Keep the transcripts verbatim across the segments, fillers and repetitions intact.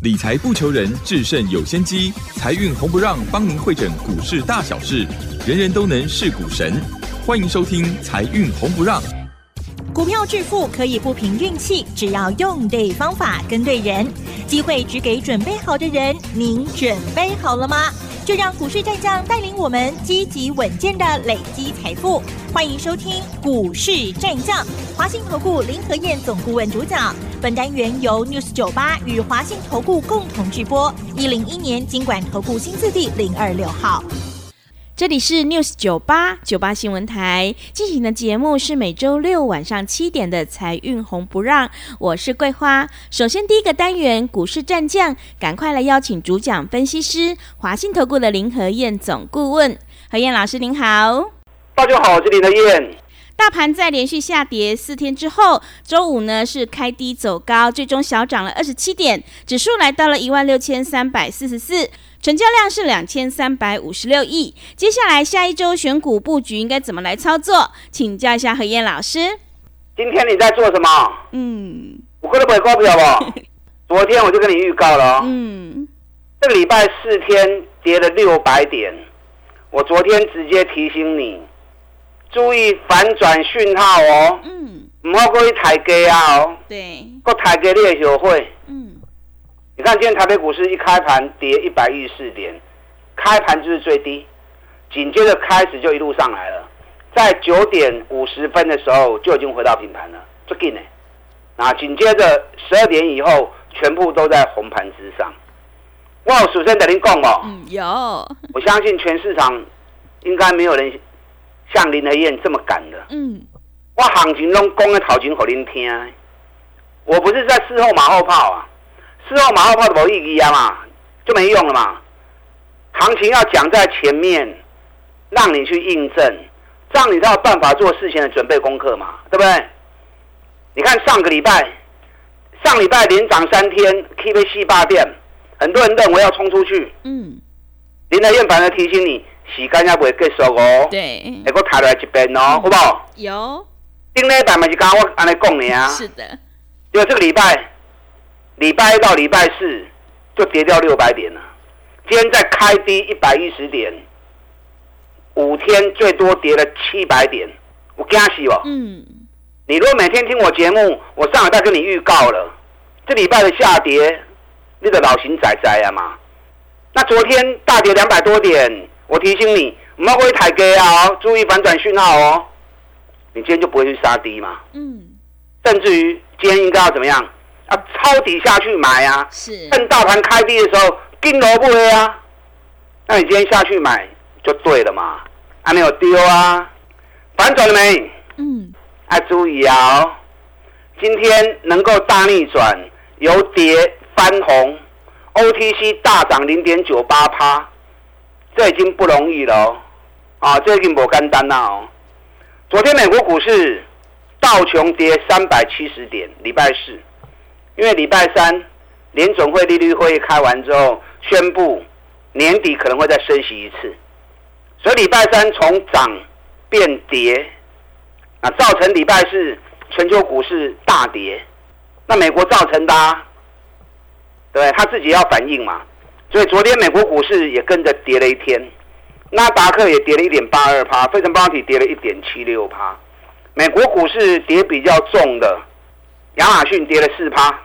理财不求人，制胜有先机。财运红不让，帮您会诊股市大小事，人人都能是股神。欢迎收听《财运红不让》。 股票致富可以不凭运气，只要用对方法，跟对人。机会只给准备好的人，您准备好了吗？就让股市战将带领我们积极稳健的累积财富。欢迎收听股市战将，华信投顾林和燕总顾问主讲。本单元由 News 九八与华信投顾共同制播。一零一年金管投顾新字第零二六号。 这里是 News 九八九八新闻台进行的节目是每周六晚上七点的财运红不让，我是桂花。首先第一个单元股市战将，赶快来邀请主讲分析师华信投顾的林和燕总顾问。和燕老师您好。 大家好，我是林和燕。 大盘在连续下跌四天之后，周五呢是开低走高，最终小涨了二十七点，指数来到了一万六千三百四十四，成交量是两千三百五十六亿。接下来下一周选股布局应该怎么来操作？请教一下何燕老师。 今天你在做什么？ 嗯， 我可能买股票不？昨天我就跟你预告了。嗯，这个礼拜四天跌了六百点，我昨天直接提醒你。注意反转讯号哦，嗯，唔好过去抬价啊哦， 对， 过抬价你会后悔。 嗯， 你看今天台北股市一开盘跌一百一十四点，开盘就是最低，紧接着开始就一路上来了，在九点五十分的时候就已经回到平盘了，最近呢，啊，紧接着十二点以后全部都在红盘之上。我有属身跟您讲哦， 嗯，有， 我相信全市场应该没有人像林和燕这么敢的，嗯，我行情拢讲的头前给您听，我不是在事后马后炮啊，事后马后炮都没意义啊嘛，就没用了嘛。行情要讲在前面，让你去印证，这样你才有办法做事前的准备功课嘛，对不对？你看上个礼拜，上礼拜连涨三天 ，K 被四百点，很多人认为要冲出去，嗯，林和燕反而提醒你。时间也不会结束哦， 对， 会搁抬落来一边哦，好不好？ 有， 顶礼拜嘛是刚我安尼讲的啊， 是的， 因为这个礼拜，礼拜一到礼拜四就跌掉六百点了，今天再开低一百一十点，五天最多跌了七百点，我惊死我。嗯，你如果每天听我节目，我上礼拜跟你预告了，这礼拜的下跌，你的老型仔仔啊嘛，那昨天大跌两百多点。我提醒你，不要过去抬价啊！注意反转讯号哦。你今天就不会去杀低嘛？嗯。甚至于今天应该要怎么样？啊，抄底下去买啊！ 是。趁大盘开低的时候，跟萝卜啊。那你今天下去买就对了嘛？还没有丢啊？反转了没？嗯。啊，注意啊、哦！今天能够大逆转，由跌翻红 ，O T C 大涨零点九八趴。这已经不容易了哦，啊，这已经不简单了哦。昨天美国股市道琼跌三百七十点，礼拜四，因为礼拜三联准会利率会议开完之后，宣布年底可能会再升息一次，所以礼拜三从涨变跌，啊，造成礼拜四全球股市大跌。那美国造成的、啊，对，他自己要反应嘛。所以昨天美国股市也跟着跌了一天，纳达克也跌了 一点八二趴， 费城半导体跌了 一点七六趴。美国股市跌比较重的，亚马逊跌了 四趴，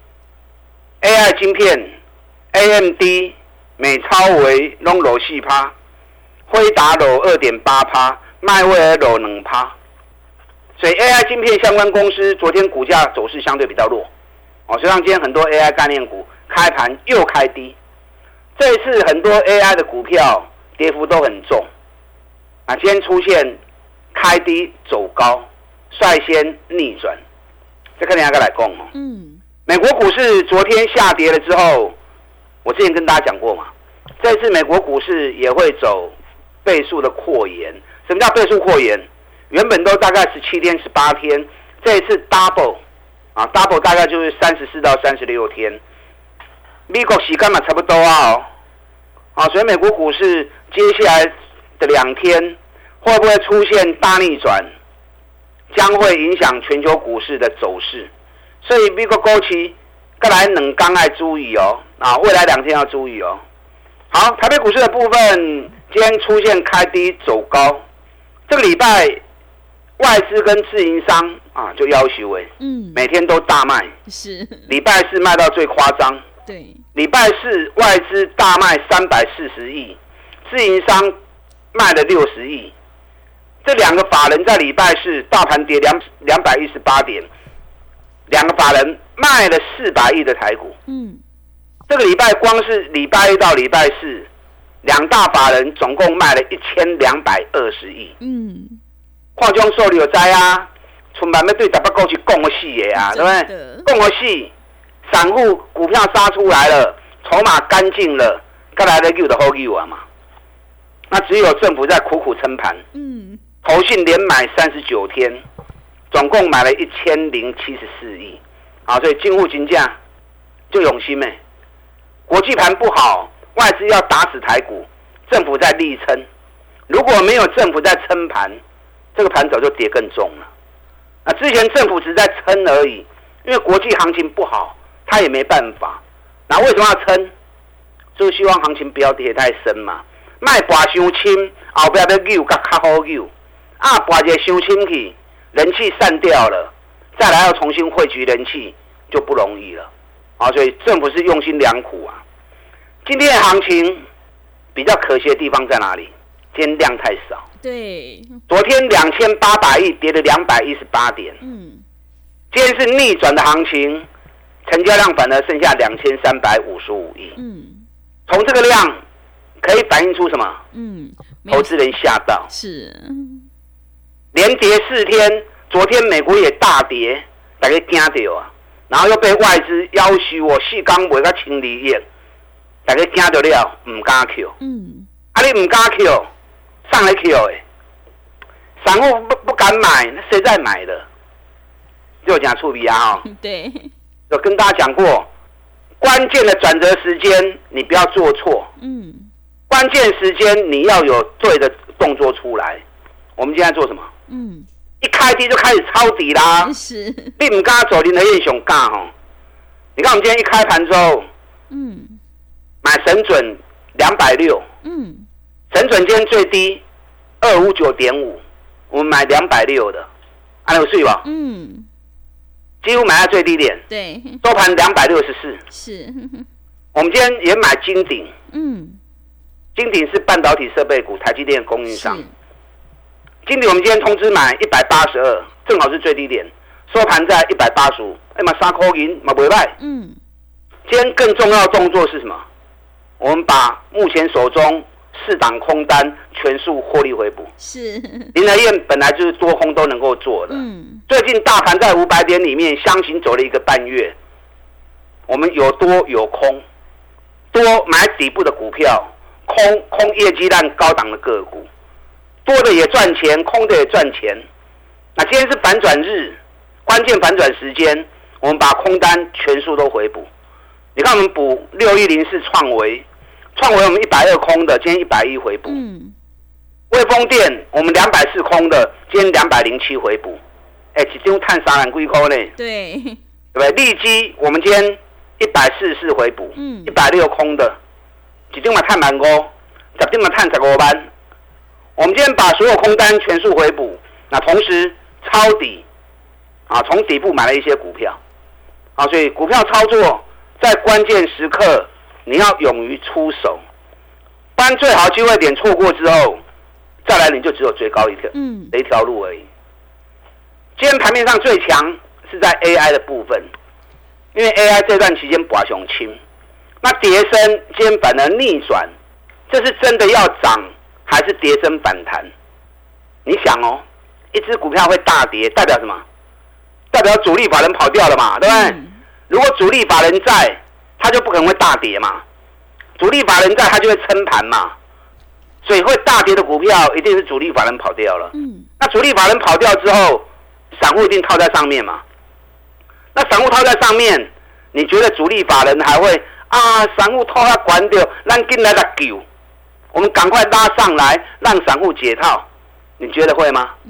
A I 晶片 A M D、美超微都落四趴，辉达落 二点八趴， 迈威尔落两趴。所以 A I 晶片相关公司昨天股价走势相对比较弱，哦，所以让今天很多 A I 概念股开盘又开低。这一次很多 A I 的股票跌幅都很重，啊，今天出现开低走高，率先逆转。这看你哪个来讲哦？嗯，美国股市昨天下跌了之后，我之前跟大家讲过嘛，这次美国股市也会走倍数的扩延。什么叫倍数扩延？原本都大概十七天、十八天，这一次 double 啊 ，double 大概就是三十四到三十六天。美国时间嘛差不多啊、哦，啊，所以美国股市接下来的两天会不会出现大逆转，将会影响全球股市的走势。所以美国股市再来两天要注意哦，啊，未来两天要注意哦。好，台北股市的部分，今天出现开低走高，这个礼拜外资跟自营商啊就要求哎，嗯，每天都大卖， 是， 礼拜四卖到最夸张， 对， 礼拜四外资大卖三百四十亿，自营商卖了六十亿，这两个法人在礼拜四大盘跌两两百一十八点，两个法人卖了四百亿的台股，嗯。这个礼拜光是礼拜一到礼拜四，两大法人总共卖了一千两百二十亿。嗯，矿中受理有灾啊，春晚要对十八股去供个戏的啊，对不对？供个戏，散户股票杀出来了，筹码干净了，该来的有的好有啊嘛。那只有政府在苦苦撑盘。嗯，投信连买三十九天，总共买了一千零七十四亿。啊，所以进户金价就用心呗。国际盘不好，外资要打死台股，政府在力撑。如果没有政府在撑盘，这个盘早就跌更重了。那之前政府只在撑而已，因为国际行情不好，他也没办法。那为什么要撑？就是希望行情不要跌太深嘛。卖拔伤深，后边要扭甲较好扭，啊拔者伤深去，人气散掉了，再来要重新汇聚人气就不容易了。啊，所以政府是用心良苦啊。今天的行情比较可惜的地方在哪里？今天量太少。 对。 昨天两千八百亿跌了两百一十八点。嗯。今天是逆转的行情，成交量反而剩下两千三百五十五亿。嗯。从这个量可以反映出什么？嗯。投资人吓到。 是。 连跌四天，昨天美国也大跌，大家惊到啊。然后又被外资要求我四天卖到千二亿，大家惊到了，唔敢 Q。嗯，啊你唔敢 Q， 上来 Q 哎，散户不不敢买，那谁在买的？就讲触笔啊哈。 对， 有跟大家讲过，关键的转折时间你不要做错。嗯，关键时间你要有对的动作出来。我们现在做什么？嗯。一开低就开始抄底啦， 是， 你不敢走，林德燕熊敢吼。你看我们今天一开盘之后，嗯，买神准两百六，嗯，神准今天最低二五九点五，我们买两百六的，按有税吧？嗯，几乎买在最低点， 对， 收盘两百六十四， 是。 我们今天也买金鼎，嗯，金鼎是半导体设备股，台积电供应商。金鼎我们今天通知买一百八十二，正好是最低点，收盘在一百八十五，哎嘛三块银嘛不赖。嗯，今天更重要的动作是什么？我们把目前手中四档空单全数获利回补。 是， 林和燕本来就是多空都能够做的。嗯，最近大盘在五百点里面箱型走了一个半月，我们有多有空，多买底部的股票，空空业绩烂高档的个股。多的也赚钱，空的也赚钱。那今天是反转日，关键反转时间，我们把空单全数都回补。你看我们补六一零四创维，创维我们一百二空的，今天一百一回补。嗯。微风电我们两百四空的，今天两百零七回补。哎、欸，一张碳三万几块呢？ 对。对不对？利基我们今天一百四十四回补，嗯，一百六空的，一张嘛碳万五，十张嘛碳十五万。我们今天把所有空单全数回补，那同时抄底，啊，从底部买了一些股票，啊，所以股票操作在关键时刻你要勇于出手，不然最好机会点错过之后，再来你就只有追高一条，嗯，的一条路而已。今天盘面上最强是在 A I 的部分，因为 A I 这段期间拔熊轻，那跌升今天反而逆转，这是真的要涨。还是跌升反弹？你想哦，一只股票会大跌，代表什么？代表主力法人跑掉了嘛，对不对？嗯、如果主力法人在，他就不可能会大跌嘛。主力法人在，他就会撑盘嘛。所以会大跌的股票，一定是主力法人跑掉了。嗯。那主力法人跑掉之后，散户一定套在上面嘛。那散户套在上面，你觉得主力法人还会啊？散户套他管掉，咱进来来救。我们赶快拉上来，让散户解套，你觉得会吗？嗯，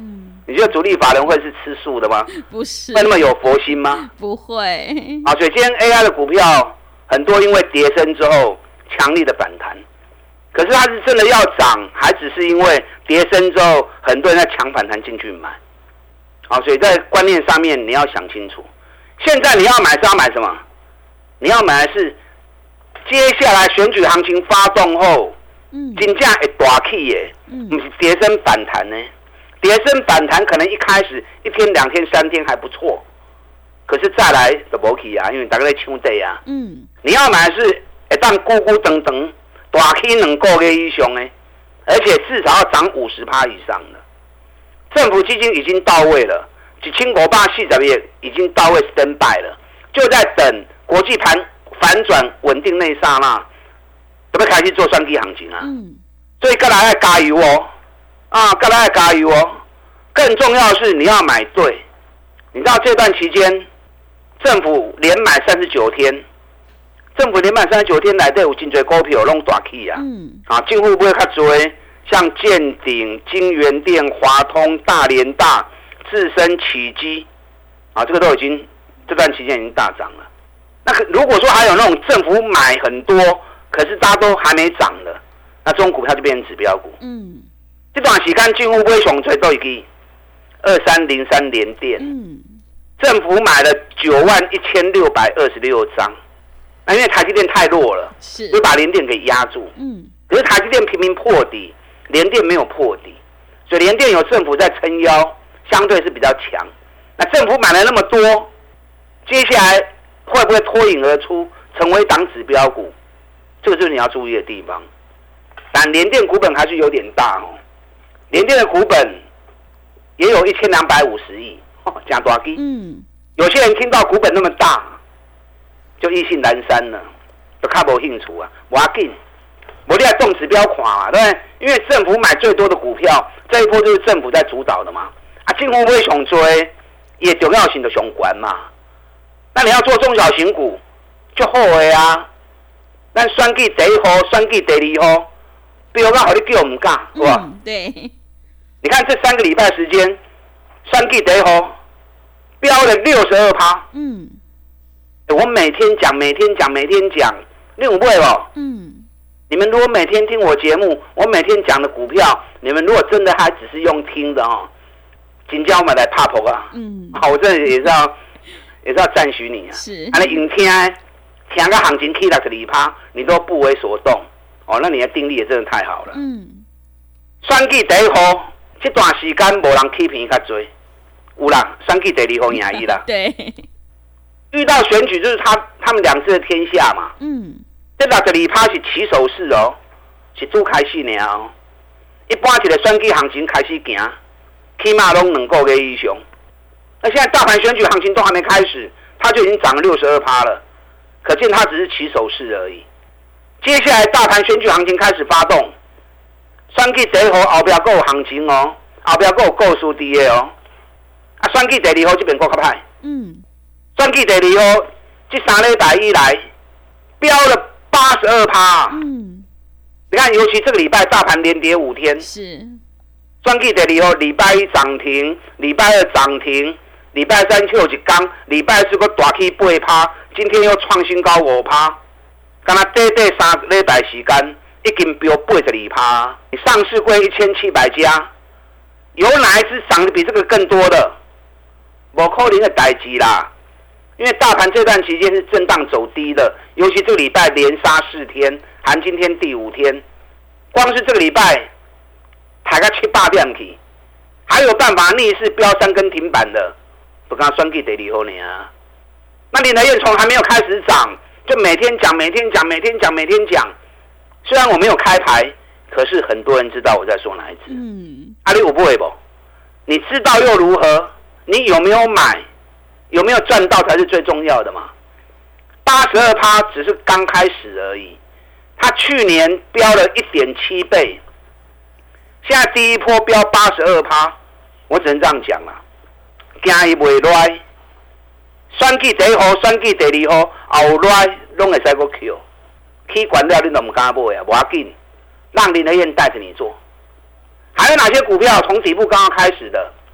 你觉得主力法人会是吃素的吗？ 不是。 会那么有佛心吗？ 不会。 啊，所以今天 A I 的股票很多因为跌升之后强力的反弹，可是它是真的要涨，还只是因为跌升之后很多人在抢反弹进去买。啊，所以在观念上面你要想清楚。现在你要买是要买什么？你要买的是接下来选举行情发动后，嗯，金价会大起耶，嗯，不是跌升反弹呢。跌升反弹可能一开始一天、两天、三天还不错，可是再来就没去啊，因为大家在抢底啊。嗯，你要买的是会当咕咕等等大起两个月以上呢，而且至少要涨五十趴以上的。政府基金已经到位了，一千五百四十亿已经到位 stand by 了，就在等国际盘反转稳定那一刹那，准备开始做双击行情啊。嗯，所以各来要加油哦。啊，各来要加油哦！更重要的是你要买对。你知道这段期间，政府连买三十九天，政府连买三十九天来对有真多股票拢大起啊！嗯，啊，政府不会较多，像建鼎、金源店、华通、大联大、自身起基，啊，这个都已经这段期间已经大涨了。那如果说还有那种政府买很多，可是大家都还没涨的，那这种股票就变成指标股。嗯。这段时间几乎买上最都已经二三零三联电，嗯，政府买了九万一千六百二十六张，那因为台积电太弱了，是，就把联电给压住，嗯，可是台积电频频破底，联电没有破底，所以联电有政府在撑腰，相对是比较强。那政府买了那么多，接下来会不会脱颖而出，成为档指标股？这个就是你要注意的地方。但联电股本还是有点大哦。联电的股本也有一千两百五十亿，哦，加大基。嗯，有些人听到股本那么大，就意兴阑珊了，就较无兴趣啊，无要紧，无你来动指标看嘛，对不对？因为政府买最多的股票，这一波就是政府在主导的嘛。啊，政府买上多，也重要性就上悬嘛。那你要做中小型股，就好的啊。咱选举第一号，选举第二号，标到好你叫唔敢，是吧？ 嗯，对。 你看这三个礼拜时间，选举第一号标了六十二趴。嗯，我每天讲，每天讲，每天讲，你有买不？嗯，你们如果每天听我节目，我每天讲的股票，你们如果真的还只是用听的哦，真叫我们来拍破啊！嗯，好，我这也是要也是要赞许你啊！是，啊，你用听，听个行情起六十二趴，你都不为所动哦，那你的定力也真的太好了。嗯，选举第一号。这段时间没人起片较多，有啦，选举第二号赢伊啦。对，遇到选举就是他他们两次的天下嘛。嗯，这六十二趴是起手式哦，是拄开始呢哦。一般一个选举行情开始行，起码拢两个月以上。那现在大盘选举行情都还没开始，它就已经涨了六十二趴了，可见它只是起手式而已。接下来大盘选举行情开始发动。选举第一号后边还有行情哦，后边还有故事伫的哦。啊，选举第二号这边更较歹。嗯。选举第二号这三礼拜以来飙了八十二趴。嗯。你看，尤其这个礼拜大盘连跌五天。是。选举第二号礼拜一涨停，礼拜二涨停，礼拜三又一天，礼拜四个大起八趴，今天又创新高五趴。刚才短短三礼拜时间。已经飙八十二趴，你上市柜一千七百家，有哪一只涨得比这个更多的？没可能的代志啦！因为大盘这段期间是震荡走低的，尤其这个礼拜连杀四天，含今天第五天，光是这个礼拜抬个七八点去，还有办法逆势飙三根停板的，不刚选举第二号呢啊！那林德燕从还没有开始涨，就每天讲，每天讲，每天讲，每天讲。虽然我没有开牌，可是很多人知道我在说哪一只。嗯，阿里我不会不，你知道又如何？你有没有买？有没有赚到才是最重要的嘛。八十二趴只是刚开始而已，它去年飙了一点七倍，现在第一波飙八十二趴，我只能这样讲啦。惊伊袂赖，选举第一号，选举第二号，后来拢会使个 Q。起管料你都不敢买啊，不要紧，让林德燕带着你做。还有哪些股票从底部刚刚开始的？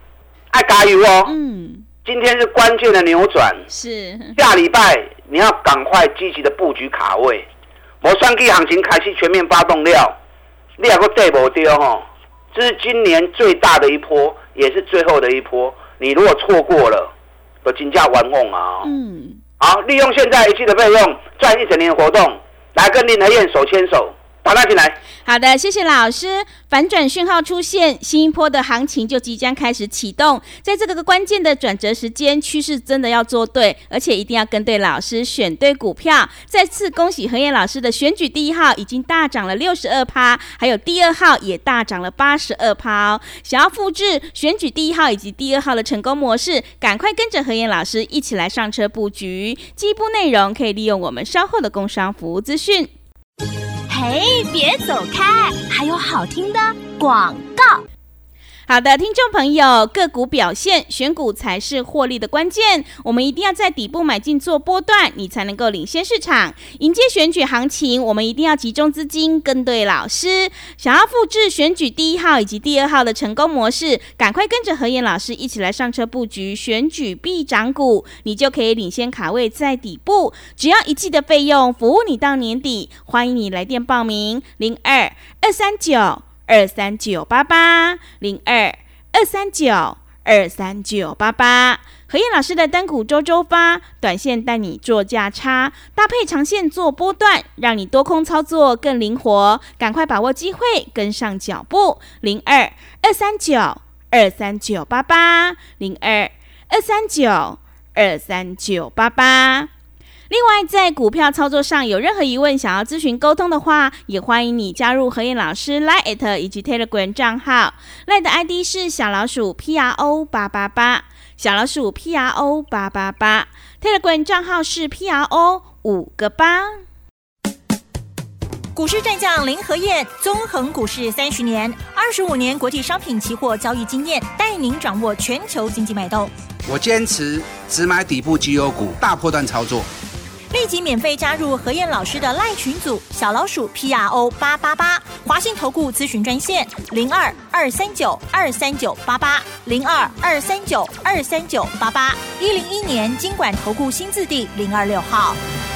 爱加油哦。嗯，今天是关键的扭转， 是下礼拜你要赶快积极的布局卡位。我选举行情开始全面发动了，你还个对不对吼？这是今年最大的一波，也是最后的一波。你如果错过了，就真正玩弄啊！嗯，好，利用现在一季的费用赚一整年的活动，来跟林和燕手牵手。打他进来。 好的，谢谢老师。反转讯号出现，新一波的行情就即将开始启动。在这个关键的转折时间，趋势真的要做对，而且一定要跟对老师，选对股票。再次恭喜和燕老师的选举第一号已经大涨了 百分之六十二， 还有第二号也大涨了 百分之八十二、哦。想要复制选举第一号以及第二号的成功模式，赶快跟着和燕老师一起来上车布局。进一步内容可以利用我们稍后的工商服务资讯。 嘿，别走开，还有好听的广告。 好的，听众朋友，个股表现，选股才是获利的关键。我们一定要在底部买进做波段，你才能够领先市场。迎接选举行情，我们一定要集中资金，跟对老师。想要复制选举第一号以及第二号的成功模式，赶快跟着和燕老师一起来上车布局选举必涨股，你就可以领先卡位在底部。只要一季的费用，服务你到年底。欢迎你来电报名零二二三九二三九八八零二二三九二三九八八，和燕老师的单股周周发，短线带你做价差，搭配长线做波段，让你多空操作更灵活。赶快把握机会，跟上脚步。零二二三九二三九八八零二二三九二三九八八。另外，在股票操作上有任何疑问想要咨询沟通的话，也欢迎你加入和燕老师 Line 以及 Telegram 账号。Line 的 I D 是小老鼠 P R O 八八八， 小老鼠 P R O 八八八， Telegram 账号是 P R O 五个八。 股市战将林和燕，纵横股市三十年，二十五年国际商品期货交易经验，带您掌握全球经济脉动。 我坚持只买底部绩优股，大波段操作。 立即免费加入和燕老师的赖群组，小老鼠 P R O 八八八，华信投顾咨询专线零二二三九二三九八八零二二三九二三九八八，一零一年金管投顾新字第零二六号。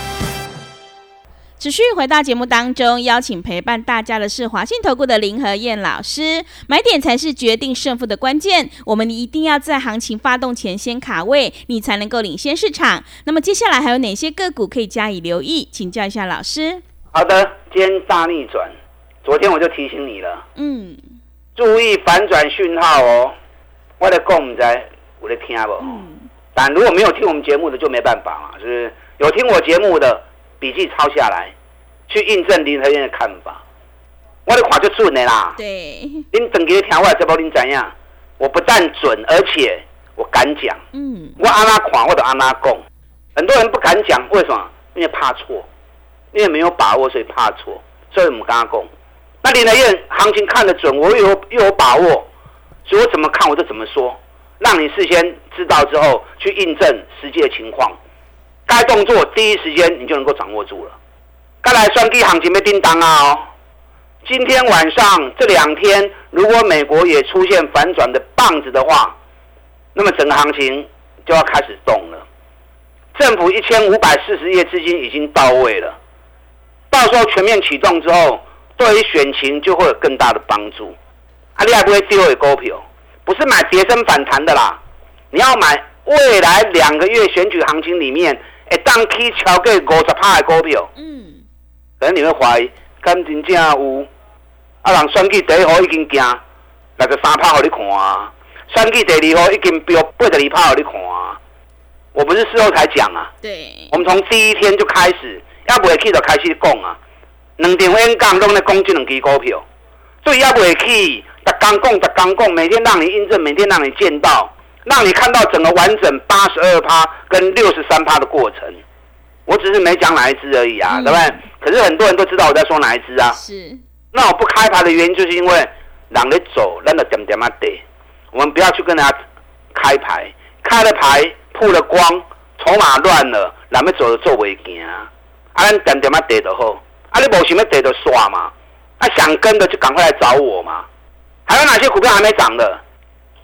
持续回到节目当中，邀请陪伴大家的是华信投顾的林和燕老师。买点才是决定胜负的关键，我们一定要在行情发动前先卡位，你才能够领先市场。那么接下来还有哪些个股可以加以留意？请教一下老师。 好的，今天大逆转，昨天我就提醒你了，嗯，注意反转讯号哦。我在讲，你在我在听不？嗯，但如果没有听我们节目的就没办法嘛，是不是？有听我节目的，笔记抄下来，去印证林和燕的看法。我的看就准的啦。 对。 您等给听我的节目，您怎样？我不但准，而且我敢讲。嗯。我按哪看，我就按哪讲。很多人不敢讲，为什么？因为怕错，因为没有把握，所以怕错，所以我们跟他讲。那林和燕行情看得准，我又有又有把握，所以我怎么看我就怎么说，让你事先知道之后去印证实际的情况。该动作第一时间你就能够掌握住了。该来选举行情要叮当啊哦！今天晚上这两天，如果美国也出现反转的棒子的话，那么整个行情就要开始动了。政府一千五百四十亿资金已经到位了，到时候全面启动之后，对于选情就会有更大的帮助。啊，你还不会丢给股票，不是买跌升反弹的啦，你要买未来两个月选举行情里面。会当起超过五十趴的股票，嗯，可能你会怀疑，敢真正有？啊，人选举第一号已经行六十三趴，给你看啊；选举第二号已经飙八十二趴，给你看啊。我不是事后才讲啊， 对， 我们从第一天就开始，要不会去就开始讲啊。两场演讲都在讲这两支股票，所以要不会去，逐天讲，逐天讲，每天让你印证，每天让你见到。让你看到整个完整八十二趴跟六十三趴的过程，我只是没讲哪一支而已啊，嗯、对不对？可是很多人都知道我在说哪一支啊。 是。 那我不开牌的原因，就是因为人在走，咱就点点啊得。我们不要去跟人家开牌，开了牌曝了光，筹码乱了，咱们走的做袂行啊。啊，咱点点啊得就好。啊，你无想要得就刷嘛。啊，想跟的就赶快来找我嘛。还有哪些股票还没涨的？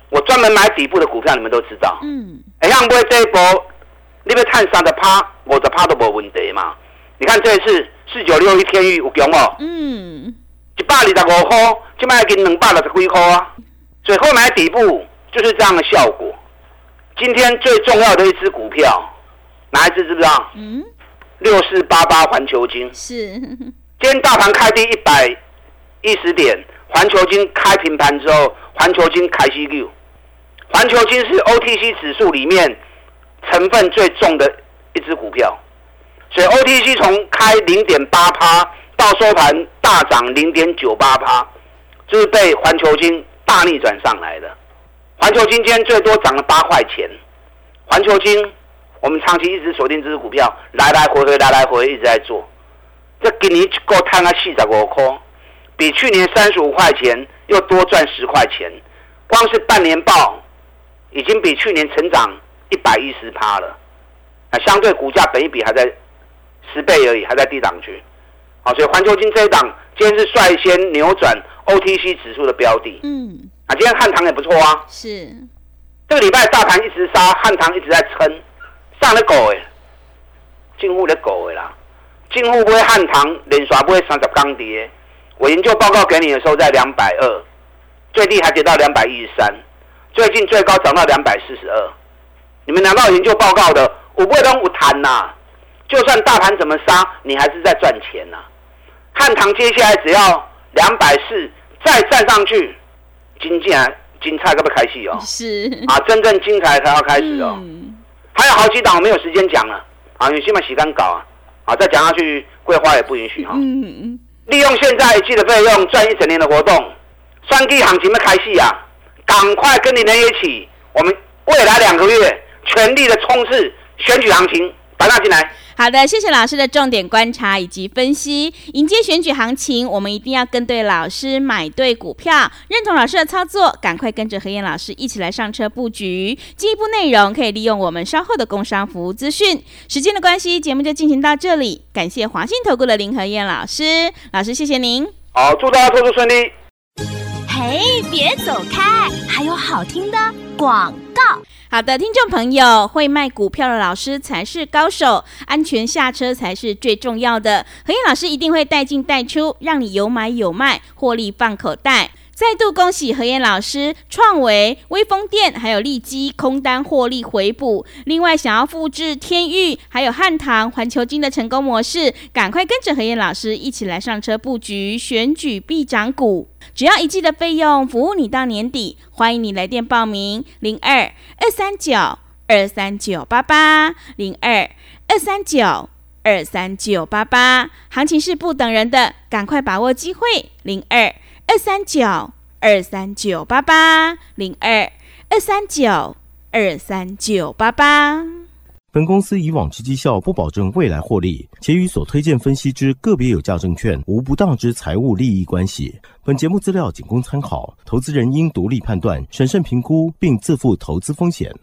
我专门买底部的股票，你们都知道。 嗯， 哎，像买这一波，你要探三十趴、五十趴都没问题嘛。你看这一次四九六一天宇有强哦， 嗯， 一百二十五块，现在已经两百六十几块啊。所以后买底部就是这样的效果。今天最重要的一只股票，哪一只知不知道？ 嗯， 六四八八环球金。 是。 今天大盘开低一百一十点，环球金开平盘之后，环球金开始溜。环球金是 O T C 指数里面成分最重的一只股票，所以 O T C 从开 零点八趴 到收盘大涨 零点九八趴， 就是被环球金大逆转上来的。环球金今天最多涨了八块钱。环球金我们长期一直锁定这只股票，来来回回来来回回一直在做。这今年够赚了四十五块，比去年三十五块钱又多赚十块钱。光是半年报已经比去年成长一百一十趴了。那相对股价本益比还在十倍而已，还在低档区。好，所以环球金这一档今天是率先扭转 O T C 指数的标的。 嗯， 啊，今天汉唐也不错啊。 是。 这个礼拜大盘一直杀，汉唐一直在撑，上了狗哎，近乎的狗哎啦。近乎不会汉唐连刷不会三十钢跌，我研究报告给你的时候在两百二，最低还跌到两百一十三，最近最高涨到两百四十二。你们拿到研究报告的，我不会都有谈呐。就算大盘怎么杀，你还是在赚钱呐。汉唐接下来只要两百四再站上去，精彩精彩可不可以开始哦？ 是啊，真正精彩才要开始哦。嗯、还有好几档我没有时间讲了啊，你先把时间搞啊。好，再讲下去，桂花也不允许哈。嗯嗯。利用现在一季的费用赚一整年的活动，选举行情要开始啊！赶快跟你们一起，我们未来两个月全力的冲刺选举行情，打大进来。 好的，谢谢老师的重点观察以及分析。迎接选举行情，我们一定要跟对老师，买对股票，认同老师的操作，赶快跟着和燕老师一起来上车布局。进一步内容可以利用我们稍后的工商服务资讯。时间的关系，节目就进行到这里。感谢华信投顾的林和燕老师，老师谢谢您。 好，祝大家投资顺利。 嘿，别走开，还有好听的广告。 好的，听众朋友，会卖股票的老师才是高手，安全下车才是最重要的。和燕老师一定会带进带出，让你有买有卖，获利放口袋。再度恭喜和燕老师、创维、威风电还有利基空单获利回补。另外，想要复制天钰还有汉唐、环球金的成功模式，赶快跟着和燕老师一起来上车布局选举必涨股。只要一季的费用，服务你到年底。欢迎你来电报名：零二二三九二三九八八零二二三九二三九八八。行情是不等人的，赶快把握机会。零二二三九二三九八八零二二三九二三九八八。 本公司以往之绩效不保证未来获利，且与所推荐分析之个别有价证券无不当之财务利益关系。本节目资料仅供参考，投资人应独立判断、审慎评估，并自负投资风险。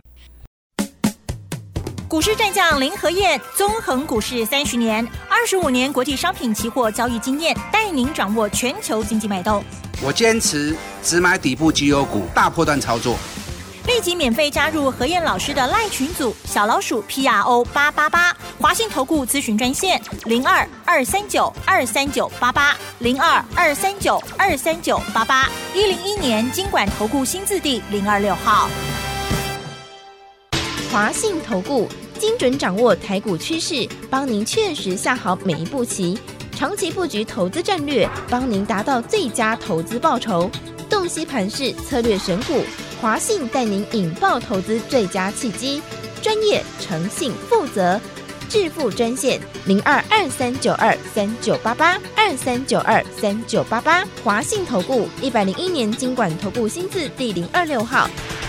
股市战将林和燕，纵横股市三十年，二十五年国际商品期货交易经验，带您掌握全球经济脉动。 我坚持只买底部绩优股，大波段操作。 立即免费加入和燕老师的赖群组，小老鼠 P R O 八八八，华信投顾咨询专线零二二三九二三九八八零二二三九二三九八八，一零一年金管投顾新字第零二六号。 华信投顾精准掌握台股趋势，帮您确实下好每一步棋，长期布局投资战略，帮您达到最佳投资报酬。洞悉盘势，策略选股，华信带您引爆投资最佳契机，专业、诚信、负责，致富专线零二二三九二三九八八二三九二三九八八，华信投顾一百零一年金管投顾新字第零二六号。